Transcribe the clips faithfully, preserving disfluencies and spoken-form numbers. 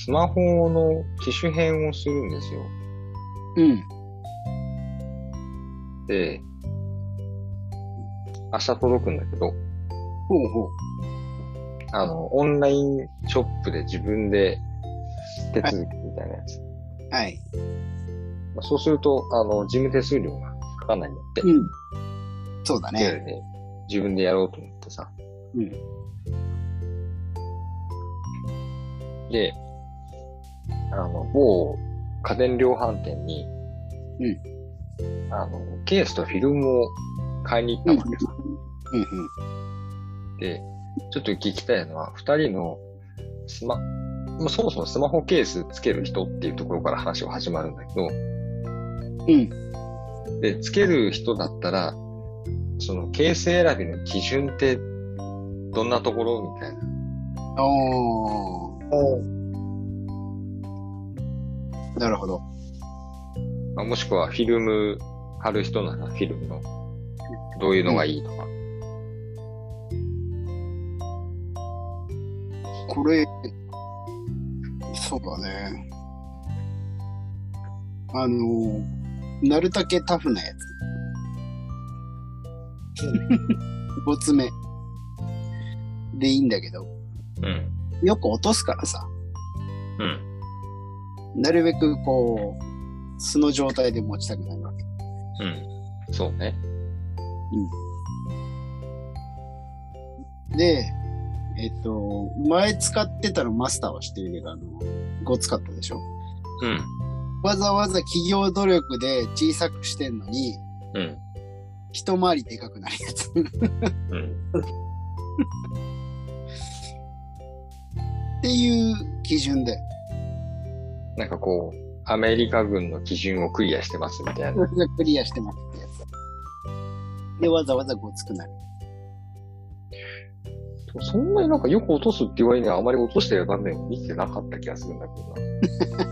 スマホの機種変をするんですよ。 うん。 で、明日届くんだけど、 ほうほう。 あの、オンラインショップで自分で手続きみたいなやつ。 はい。 まあ、そうすると、あの、事務手数料がかかんないんだって。 うん。そうだね。 で、自分でやろうと思ってさ。 うん。 で、あの、某家電量販店に、 うん。 あの、ケースとフィルムを買いに行ったわけさ。 うんうん。 で、ちょっと聞きたいのは、二人のスマ、もうそもそもスマホケースつける人っていうところから話が始まるんだけど、 うん。 で、つける人だったら、そのケース選びの基準ってどんなところみたいな。 おー。おー。なるほど。 まあ、もしくはフィルム貼る人ならフィルムのどういうのがいいとか。 これ、そうだね。あの、なるだけタフなやつ。ごつめ。でいいんだけど、 うん。 よく落とすからさ。 うん。 なるべくこう、素の状態で持ちたくないわけ。 うん。そうね。 うん。で、えっと、前使ってたのマスターは知ってるけど、あの、ごつかったでしょ？ うん。 わざわざ企業努力で小さくしてんのに、 うん。 一回りでかくなるやつ。 うん。 っていう基準で。 なんかこう、アメリカ軍の基準をクリアしてますみたいな。 クリアしてますってやつ。で、わざわざごつくなる。 そんなになんかよく落とすって言われにはあまり落としてる場面を見てなかった気がするんだけどな。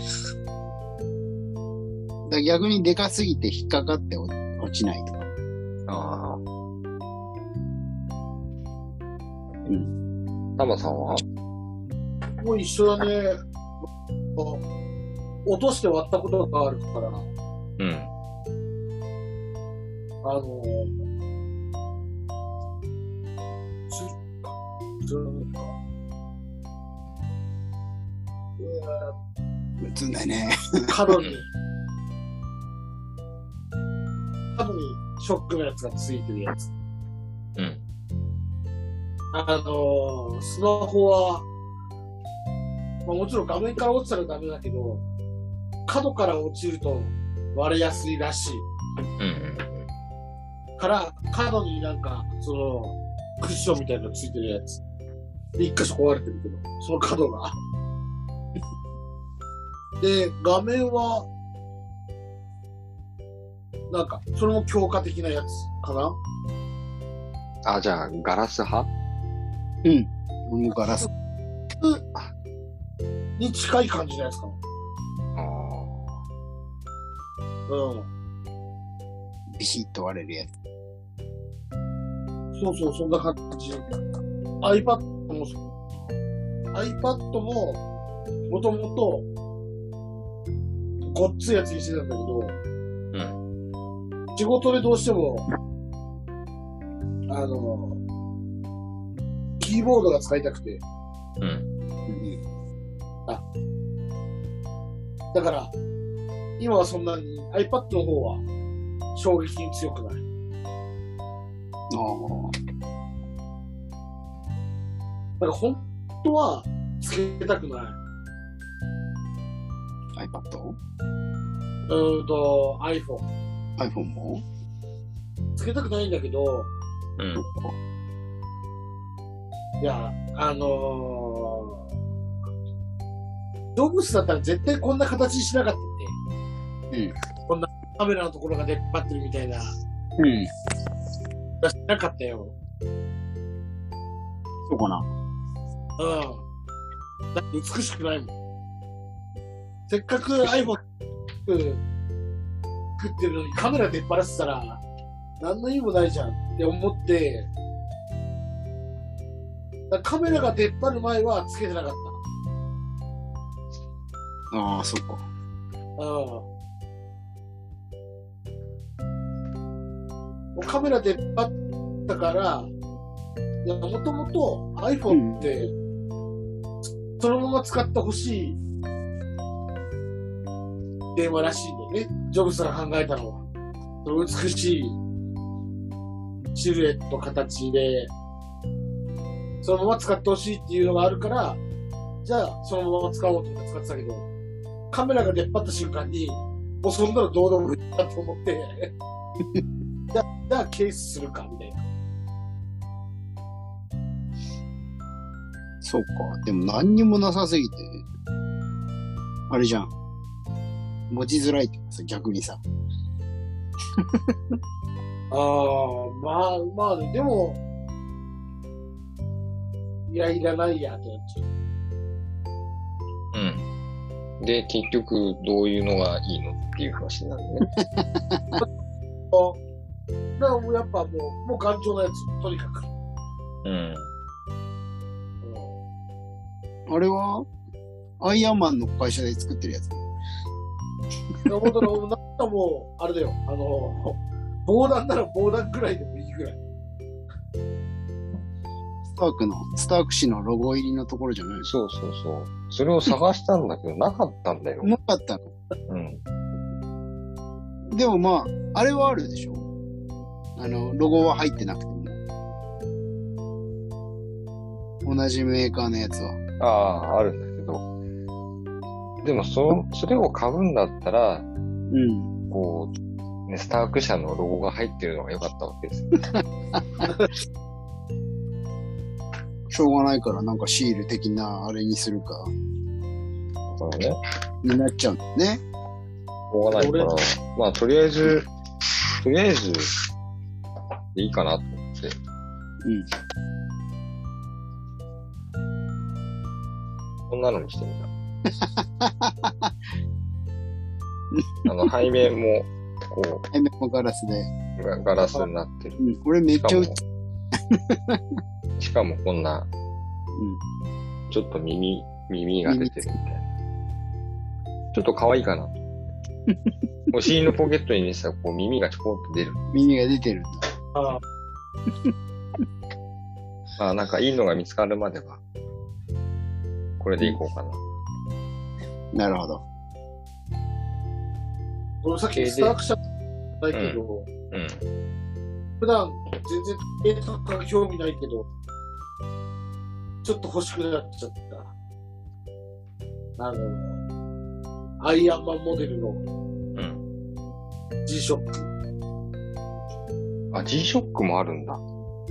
だから逆にでかすぎて引っかかって落ちないとか。 ああ。 うん。 タマさんは？ もう一緒だね。落として割ったことがあるから、 うん。 あの、つ、つるか。 打つんだね。 角に、角にショックのやつがついてるやつ。 うん。 あの、スマホは、まあ、もちろん画面から落ちたらダメだけど、角から落ちると割れやすいらしい。 うんから、角になんか、その、クッションみたいなのがついてるやつ。で、一箇所壊れてるけど、その角が。で、画面は、なんか、それも強化的なやつかな。 あ、じゃあ、ガラス派？ うん。もうガラス。 に近い感じのやつかな。 あうん。 ビシッと割れるやつ。 そうそう、そんな感じ。iPad もそう。iPad も、もともと、ごっついやつにしてたんだけど、 うん。 仕事でどうしても、あの、キーボードが使いたくて。 うん。 あ。だから、今はそんなに iPad の方は衝撃に強くない。 ああ。 だから本当はつけたくない。 iPad？ うーんと、iPhone。 iPhone もつけたくないんだけど、 うん。 いや、あのー、ジョブスだったら絶対こんな形にしなかったんで。 うん。 こんなカメラのところが出っ張ってるみたいな。 うん。 しなかったよ。 そうかな。 うん。だって美しくないもん。せっかく iPhone 作ってるのにカメラ出っ張らせたら何の意味もないじゃんって思って、だカメラが出っ張る前はつけてなかっああ、そっか。 うん。カメラ出っ張ったから、いや、もともと iPhone って、そのまま使ってほしい電話らしいんだよね。ジョブズが考えたのは。その美しいシルエット、形で、そのまま使ってほしいっていうのがあるから、じゃあ、そのまま使おうと思って使ってたけど、カメラが出っ張った瞬間に、もうそんなのどうでもいいなと思って、じゃあ、じゃあケースするか、みたいな。 そうか。でも何にもなさすぎて、あれじゃん。持ちづらいっていうかさ、逆にさ。 ああ、まあ、まあ、でも、いや、いらないや、ってなっちゃう。 うん。で、結局、どういうのがいいのっていう話になるね。 だからもうやっぱもう、もう頑丈なやつ、とにかく。 うん。 あれはアイアンマンの会社で作ってるやつ。 いや、本当に、なんかもう、あれだよ、あの、防弾なら防弾くらいでもいいぐらい。 スタークの、スターク氏のロゴ入りのところじゃないそうそうそう。それを探したんだけど、なかったんだよ。 なかったの。 うん。 でもまあ、あれはあるでしょ。あの、ロゴは入ってなくても。同じメーカーのやつは。 ああ、あるんだけど。でも、そ、それを買うんだったら、 うん。 こう、ね、スターク社のロゴが入ってるのが良かったわけですよ。 しょうがないからなんかシール的なあれにするか。 そうね。 しになっちゃうんだよね。 ょうがないから、まあ、とりあえず、とりあえず、でいいかなと思って。 うん。 こんなのにしてみた。あの、背面も、こ背面もガラスで。 う、ガガラスになってる。 うん。これめっちゃうしかも、しかもこんな、 うちょっと耳、耳が出てるみたいな。ちょっと可愛いかなと。お尻のポケットに入れてたら、こう耳がちょこっと出る。 ん。耳が出てるんだ。 ああ、 まあ、なんかいいのが見つかるまでは、これでいこうかな。 なるほど。 俺さっきスターク社ないけど、 うん。 普段全然絵とか興味ないけど、ちょっと欲しくなっちゃった。あの、アイアンマンモデルのうん。 G ショック。 あ、G ショックもあるんだ。 うん。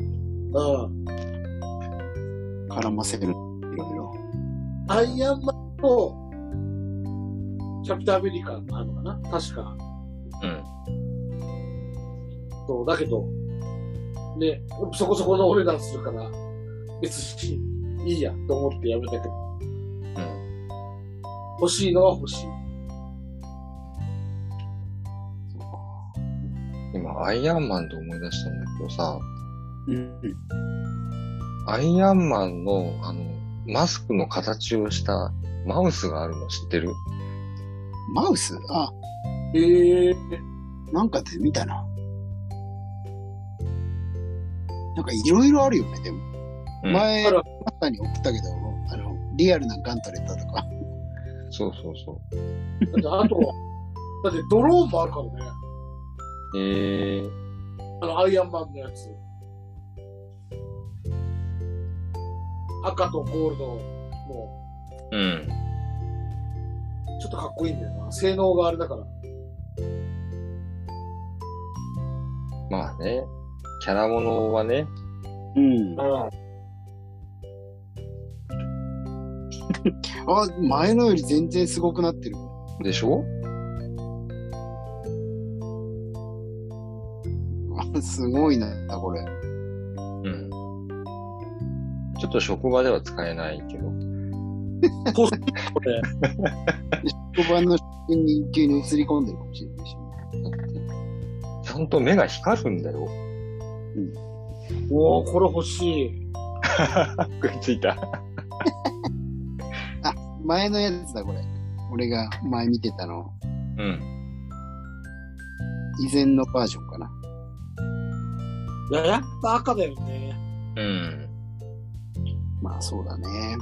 絡ませる。いろいろ。 アイアンマンとキャプテンアメリカがあるのかな確か。 うん。 そう、だけど、ね、そこそこのお値段するから、別にいいやと思ってやめたけど、 うん。 欲しいのは欲しい。 今、アイアンマンで思い出したんだけどさ、 うん。 アイアンマンの、あの、マスクの形をしたマウスがあるの知ってる？ マウスあ、 へえ。 なんかで見たな。なんかいろいろあるよね、でも。 うん前、 あらまさに送ったけど、あの、リアルなガントレットとか。 そうそうそだってあとは、だってドローンもあるからね。 う。へえー。 あの、アイアンマンのやつ。赤とゴールドの、 うん。 ちょっとかっこいいんだよな。性能があれだから。 まあね、キャラものはね、 うん。 ああ、前のより全然すごくなってる。 でしょ？ あ、すごいな、これ。 うん。ちょっと職場では使えないけど。 これ。 職場の職に急に映り込んでるかもしれないし。 ちゃんと目が光るんだよ。 おー、これ欲しい。 くっついた。 前のやつだ、これ。 俺が前見てたの、 うん。 以前のバージョンかな。 いや、やっぱ赤だよね。 うん。 まあそうだね。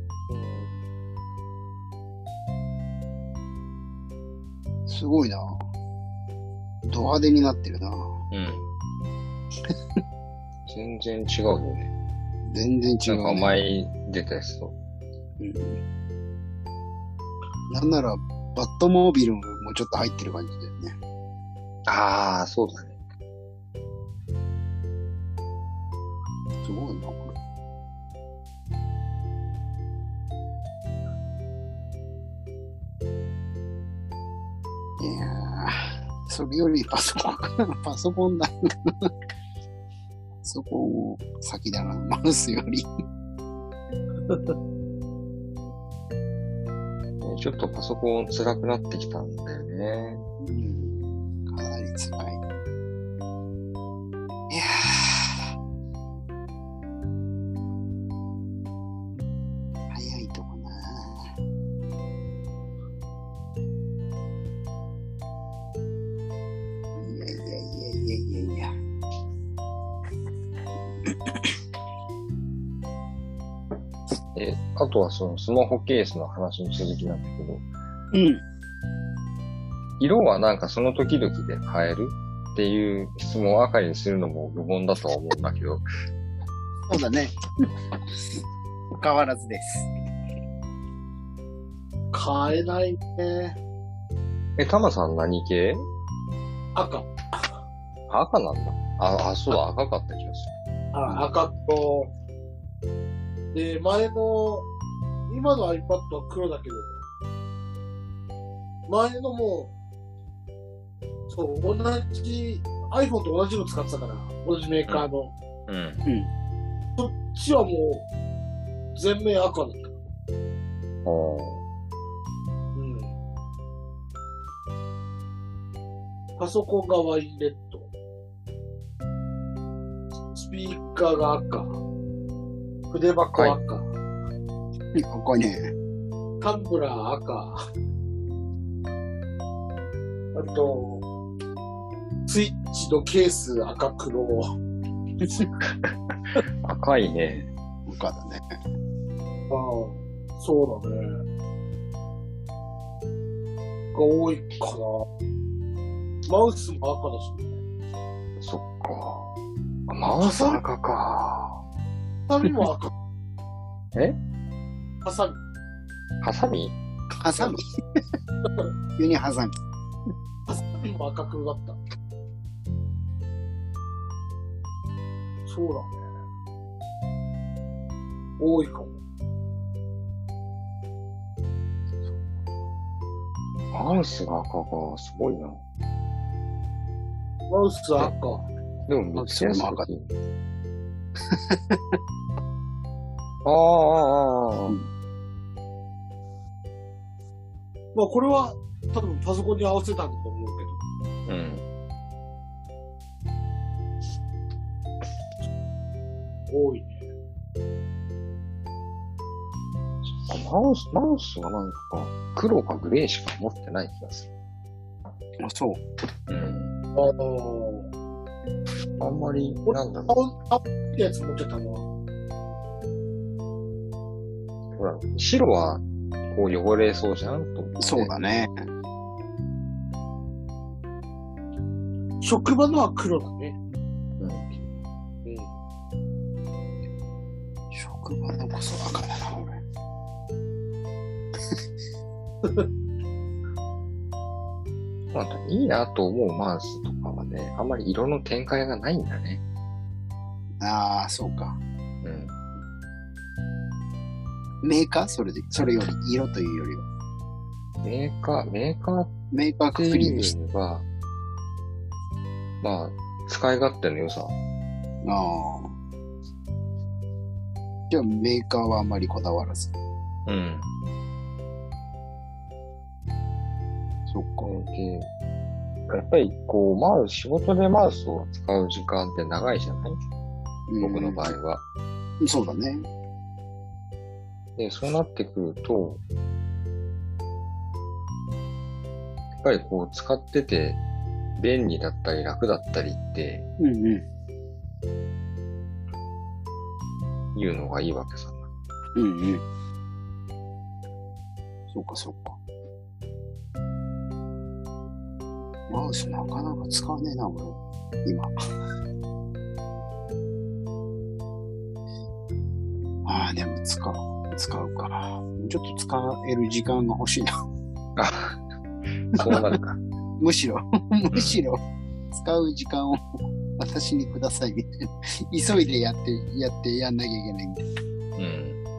すごいな。ド派手になってるな。 うん。全然違うよね。 全然違う、ね。 なんか前出たやつと。 うん。なんなら、バットモービルもちょっと入ってる感じだよね。 ああ、そうだね。 すごいな、これ。いやー、それよりパソコンかな。パソコンだ。パソコンを先だな、マウスより。 ちょっとパソコン辛くなってきたんだよね。 うん、かなり辛い。いやー、早いとこな。いやいやいやいやいやいや。 え、あとはそのスマホケースの話の続きなんだけど、 うん。 色はなんかその時々で変えるっていう質問を赤にするのも無言だとは思うんだけど。 そうだね。変わらずです。 変えないね。 え、タマさん何系？ 赤。 赤なんだ。あ、あ、そうだ、赤かった気がすあ、赤と、で、前の、今の iPad は黒だけど、前のも、そう、同じ、iPhone と同じの使ってたから、同じメーカーの。 る。うん。 うん。 そっちはもう、全面赤だった。 おー。 うん。パソコンがワインレッド。スピーカーが赤。筆箱赤。 赤ね。 タンブラー赤。あと、スイッチのケース赤黒。 赤いね。 赤だね。 ああ、そうだね。が多いかな。マウスも赤だしね。 そっか。マウス赤か。 ハサミも赤。 え？ ハサミ。 ハサミ？ ハサミ急にハサミ。 ハサミも赤黒だった。そうだね。多いかも。 マウスが赤か。すごいな。 マウス赤。 でもめっちゃ安くていい。ああ、ああ、ああ。 まあこれは多分パソコンに合わせたんだと思うけど。 うん。 多いね。 マウス、マウスはなんか黒かグレーしか持ってない気がする。 あ、そう。 うん。 ああ。 あんまり、なんだろ青、青ってやつ持ってたのは。 う。ほら、白はこう汚れそうじゃんと思って。 そうだね。 職場のは黒だね。 うん。 うん。 職場のこそ赤だな、俺。 なんかいいなと思うマウスとかはね、あんまり色の展開がないんだね。 ああ、そうか。 うん。 メーカーそれで、それより、色というよりは。 メーカー、メーカーっメーカーてくくりにして。 いうのが、まあ、使い勝手の良さ。 ああ。じゃあ、メーカーはあんまりこだわらず。 うん。 そっか。 で、やっぱりこう、マウス、仕事でマウスを使う時間って長いじゃない？僕の場合は。 うん、そうだね。 で、そうなってくると、 ぱりこう使ってて便利だったり楽だったりってうんうん。 いうのがいいわけさ。 うんうん。そうかそうか。マウスなかなか使わねえな、俺。今。ああ、でも使う。使うか。ちょっと使える時間が欲しいな。 あ、そうなるか。 むしろ、むしろ、使う時間を私にくださいみたいな。急いでやって、やってやんなきゃいけないみたいな。 うん。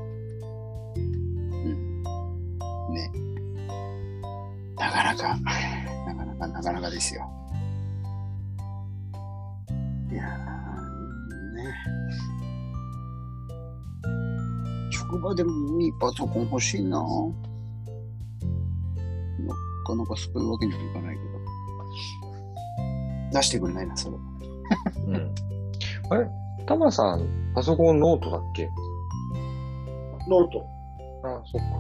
うん。ね。なかなか、なかなか、なかなかですよ。いやー、ね。職場でもいいパソコン欲しいな。なかなかそういうわけにはいかないけど。出してくれないな、それ。 うん。あれタマさん、パソコンノートだっけ？ ノート。 あ、そっか。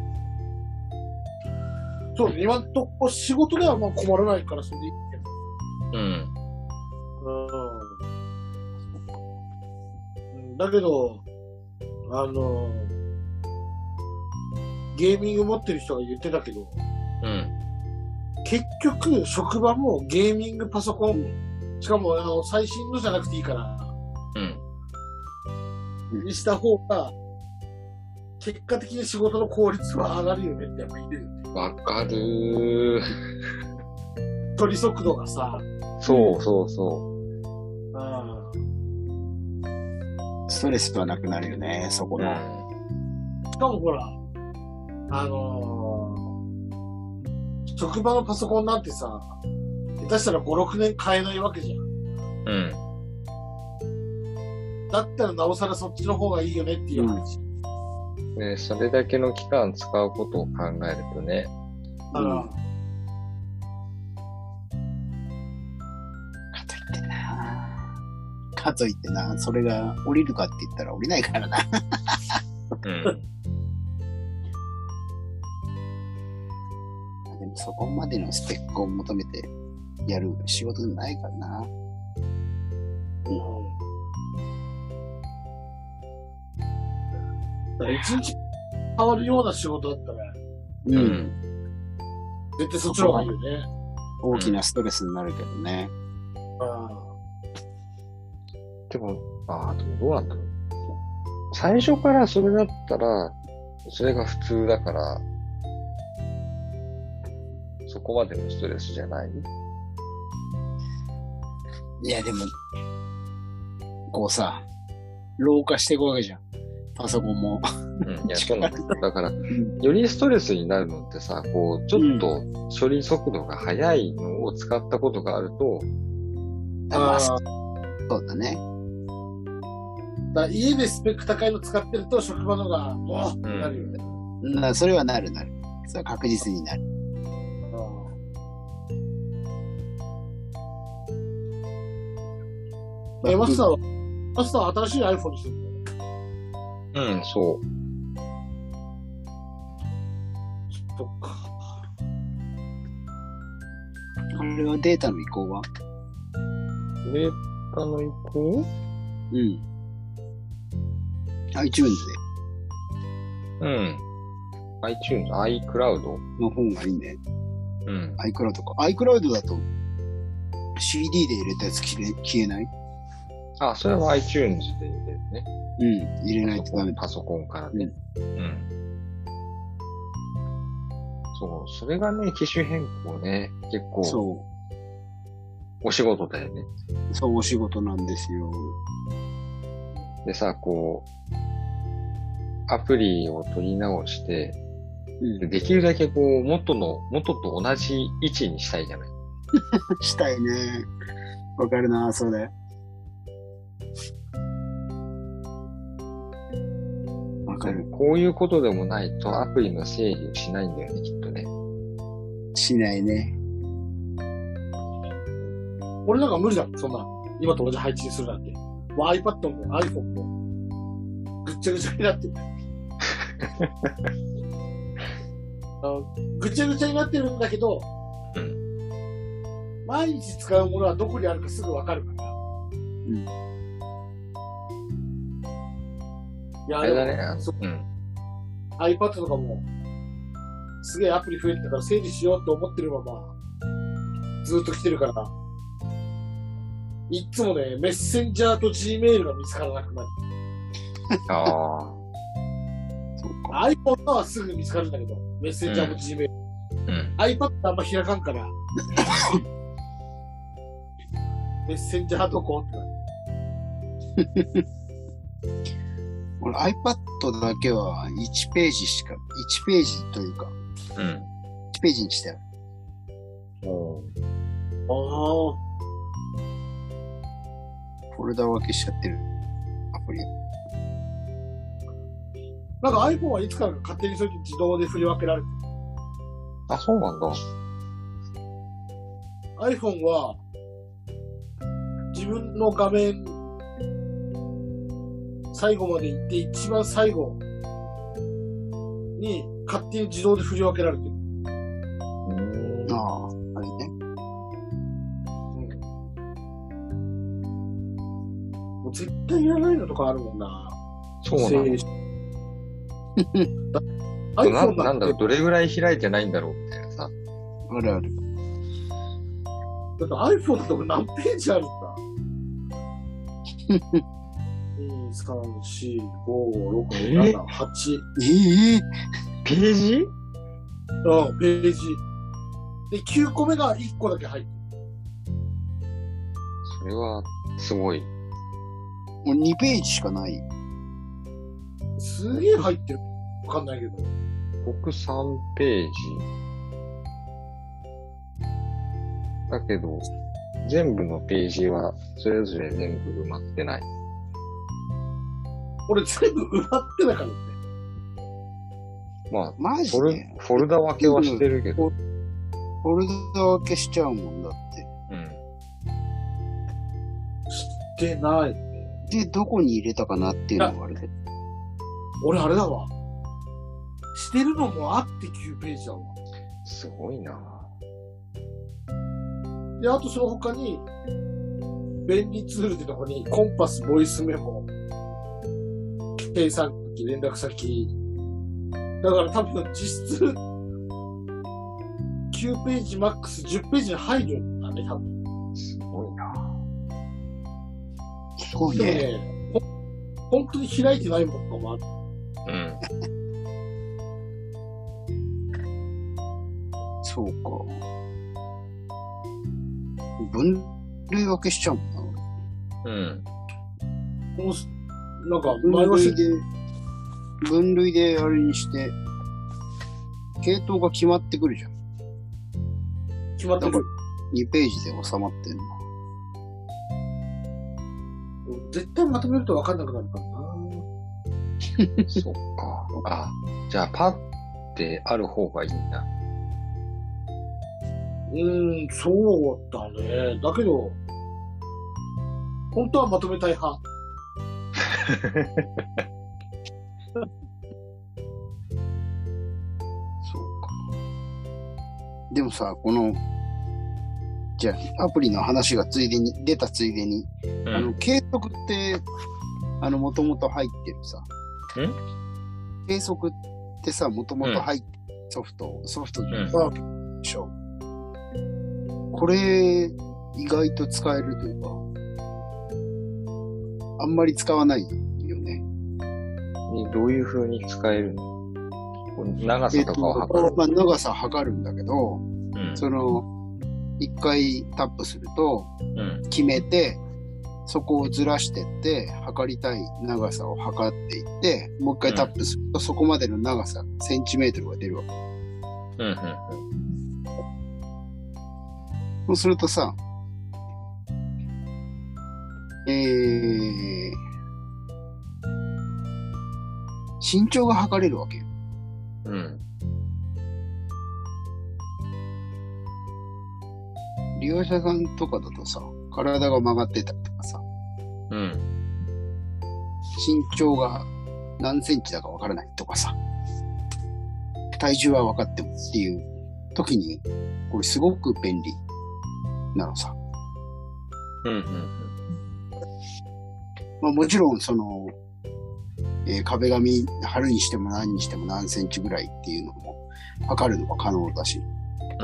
そう、今んとこ仕事ではまあ困らないからそれでいいけど。 うん。 うん。だけど、あの、ゲーミング持ってる人が言ってたけど、 うん。 結局、職場もゲーミングパソコン、しかもあの最新のじゃなくていいから、 うん。 にした方が、結果的に仕事の効率は上がるよねってやっぱ言ってるよね。 わかるー。 処理速度がさ、 そうそうそあストレスはなくなるよね、そこう。うの。 ん。 しかもほら、あのー、職場のパソコンなんてさ、下手したらご、ろくねん買えないわけじゃん。 うん。 だったらなおさらそっちの方がいいよねっていう話。 ね、それだけの期間使うことを考えるとね。 だから、 かといってな。かといってな、それが降りるかって言ったら降りないからな。 うん。 でもそこまでのスペックを求めてやる仕事でもないからな。 だから一日変わるような仕事だったら、 うん。 うん。 絶対そっちの方がいいよね。 大きなストレスになるけどね。 あでも、ああ、でもどうなんだろう。最初からそれだったら、それが普通だから、そこまでのストレスじゃない？ いやでも、こうさ、老化していくわけじゃん。パソコンも。 うん。いや、そうなんだ。だから、よりストレスになるのってさ、こう、ちょっと処理速度が速いのを使ったことがあると、 まあ、 あそうだね。 だから家でスペック高いの使ってると職場のが、もう、 うんなるよね。 なそれはなるなる。それは確実になる。 え、マスターは、マスターは新しい iPhone にするの？ うん、そう。 そっか。 あれはデータの移行はデータの移行？ うん。iTunes うん。iTunes、iCloud。 での方がいいね。 うん。 iCloud か。iCloud だと シーディー で入れたやつ消え消えない？ あ、それは iTunes で入れるね。 うん。入れないとダメだ。 パソコンからね。うん。そう、それがね、機種変更ね、結構、 そお仕事だよね。 う。そう、お仕事なんですよ。 でさ、こう、アプリを取り直して、 うん。 できるだけこう、元の、元と同じ位置にしたいじゃない。 したいね。わかるな、それ。わかる。 こういうことでもないとアプリの整理をしないんだよね、きっとね。 しないね。 俺なんか無理だもん、そんな。今と同じ配置にするなんて。もう iPad も iPhone も、ぐっちゃぐちゃになってる。あのぐちゃぐちゃになってるんだけど、 うん。 毎日使うものはどこにあるかすぐわかるから。 うん。 いや、 あれだね。 そううん。 iPad とかも、すげえアプリ増えてたから整理しようと思ってるまま、ずーっと来てるから、いっつもね、メッセンジャーと Gmail が見つからなくなる。 ああ。 そうか。 iPhone はすぐ見つかるんだけど、メッセンジャーも Gmail。 うん。 iPad ってあんま開かんから、メッセンジャーどこってなる。 俺 iPad だけはいちページしか、いちページというか、 うん。 いちページにしてある。 おあフォルダ分けしちゃってる。アプリを。 あ。なんか iPhone はいつからか勝手にそういう自動で振り分けられてる。 あ、そうなんだ。 iPhone は、自分の画面、最後まで行って一番最後に勝手に自動で振り分けられてる。 ああ、あれね。 もう絶対いらないのとかあるもんな。 そうなの。 整理しな iPhone なんだろう、 だって、 どれぐらい開いてないんだろうみたいなさ。 あるある。 だって iPhone だと何ページあるんだに、さん、よん、ご、ろく、なな、はち。 ええページうん、ページ。で、きゅうこめがいっこだけ入ってる。 それは、すごい。 もうにページしかない。 すげえ入ってる。わかんないけど。 僕さんページ。だけど、全部のページは、それぞれ全部埋まってない。 俺全部埋まってなかったね。 まあ、 マジフォルでフォルダ分けはしてるけど。 フォルダ分けしちゃうもんだって。 うん。 してないね。 で、どこに入れたかなっていうのがあれで。 俺あれだわ。してるのもあってきゅうページだわ。 すごいな。 で、あとその他に、便利ツールってとこに、コンパス、ボイスメモ、計算機、連絡先。だから多分実質、きゅうページマックスじゅっページに入るんだね、多分。 すごいな。 すごいでもね。 ね、ほ本当に開いてないものもある。 うん。 そうか。分類分けしちゃうもんな、 うん。 もうなんか、 俺。 前はし分類で、分類であれにして、系統が決まってくるじゃん。 決まってる。 にページで収まってんの。 絶対まとめると分かんなくなるからな。 そっか。あ、じゃあ、パってある方がいいんだ。 うーん、そうだね。だけど、本当はまとめたい派。 そうか。でもさ、この、じゃあ、アプリの話がついでに、出たついでに、 うん、 あの、計測って、あの、もともと入ってるさ。 ん計測ってさ、もともと入ってるソフト、ソフトでしょ。これ、意外と使えるというか、あんまり使わないよね。 どういう風に使えるの？長さとかを測る、 えっとまあ、長さ測るんだけど、 うん、 その、一回タップすると、決めて、うん、そこをずらしてって、測りたい長さを測っていって、もう一回タップすると、うん、そこまでの長さ、センチメートルが出るわけ。 うんうんうん、 そうするとさ、えー、身長が測れるわけよ。 うん。 利用者さんとかだとさ、体が曲がってたりとかさ、 うん。 身長が何センチだかわからないとかさ、体重は分かってもっていう時に、これすごく便利なのさ。 うんうんうん。 まあもちろん、その、えー、壁紙貼るにしても何にしても何センチぐらいっていうのも測るのが可能だし。 うん。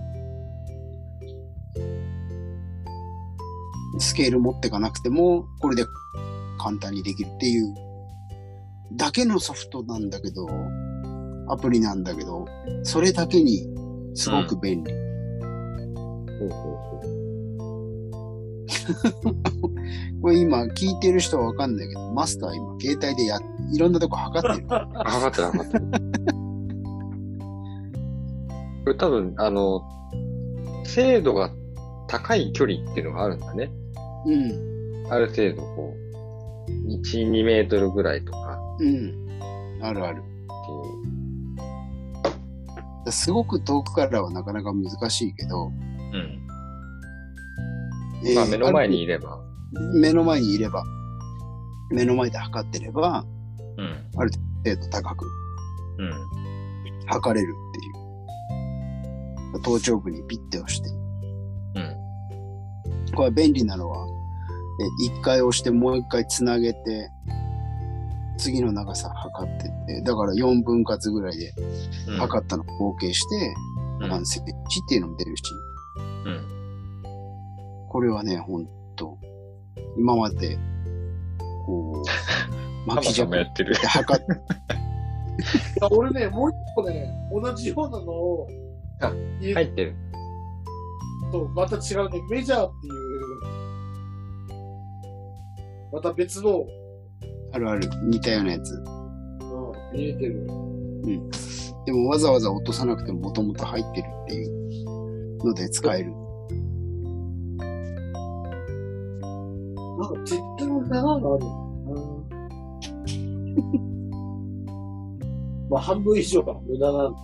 スケール持ってかなくても、これで簡単にできるっていうだけのソフトなんだけど、アプリなんだけど、それだけにすごく便利。うん、ほうほうほうこれ今聞いてる人はわかんないけど、マスター今携帯でやいろんなとこ測ってる。 測ってる測ってる。これ多分あの精度が高い距離っていうのがあるんだね。 うん。 ある程度こういち、にメートルぐらいとか。 うん。あるある。すごく遠くからはなかなか難しいけど。うん。 えー、まあ目の前にいれば。 目の前にいれば。目の前で測ってれば。 うん。 ある程度高く。 うん。 測れるっていう。頭頂部にピッて押して。 うん。 これ便利なのは、一回押してもう一回つなげて、次の長さ測ってって、だからよんぶん割ぐらいで測ったのを合計して、何センチっていうのも出るし、 うん、 これはね、ほんと、今まで、こう、巻き尺で測って。 俺ね、もう一個ね、同じようなのを、 あ、入ってる。 そう、また違うね、メジャーっていう、また別の、 あるある、似たようなやつ。 うん、見えてる。 うん。でもわざわざ落とさなくてももともと入ってるっていうので使える。 なんか絶対無駄なのあるよな。まあ半分以上が無駄なの。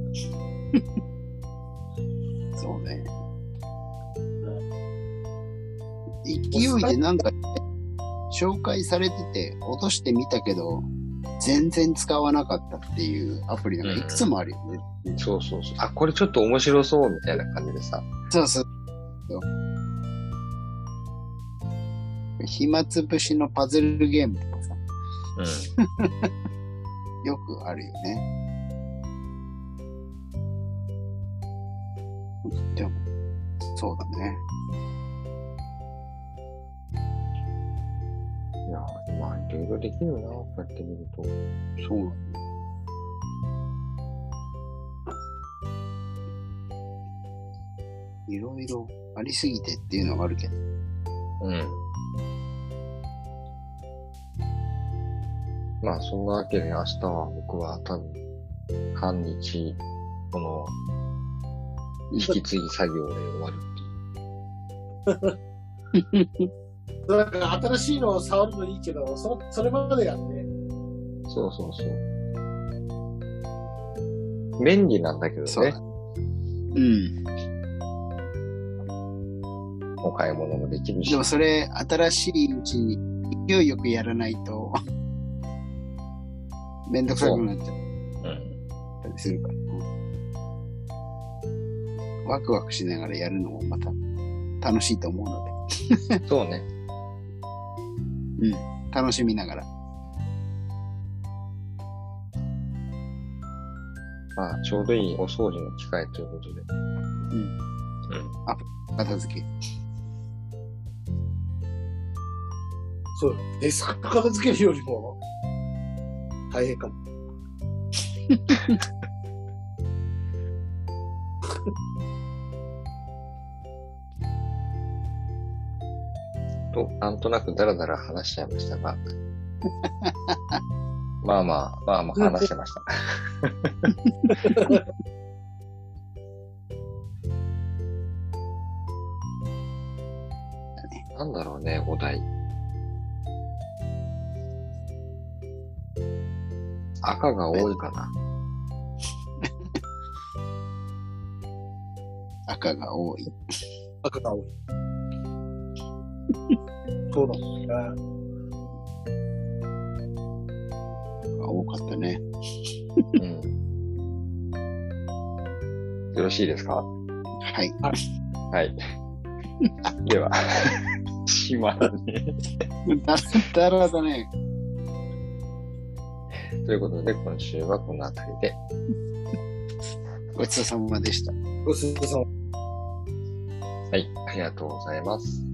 そうね。勢いでなんか、紹介されてて落としてみたけど全然使わなかったっていうアプリなんかいくつもあるよね、 うん、そうそうそう。あ、これちょっと面白そうみたいな感じでさ。 そうそう。暇つぶしのパズルゲームとかさ、うん、よくあるよね。でもそうだね。 いや、まあ、いろいろできるな、こうやって見ると。 そうなんだ。いろいろありすぎてっていうのがあるけど。 うん。まあ、そんなわけで明日は僕は多分、半日、この、引き継ぎ作業で終わるっていう。なんか新しいのを触るのいいけど、そそれまでやって。 そうそうそう。便利なんだけどね。 うん。 お買い物もできるし。 でもそれ、新しいうちに勢いよくやらないと、めんどくさくなっちゃう。うん。たりするから、うん。ワクワクしながらやるのもまた楽しいと思うので。そうね。 うん。楽しみながら。 まあ、ちょうどいいお掃除の機会ということで。うん。 うん。あ、片付け。 そう、デスク片付けるよりも大変かも。 と、なんとなくダラダラ話しちゃいましたが。まあまあ、まあまあ話してました。なんだろうね、お題。赤が多いかな。 赤が多い。 赤が多い。そうだもんね。 多かったね。 うん。 よろしいですか？ はい。 はい。では、しまらね。 だ、だらだね。 ということで、今週はこのあたりで。 ごちそうさまでした。 ごちそうさま。 はい、ありがとうございます。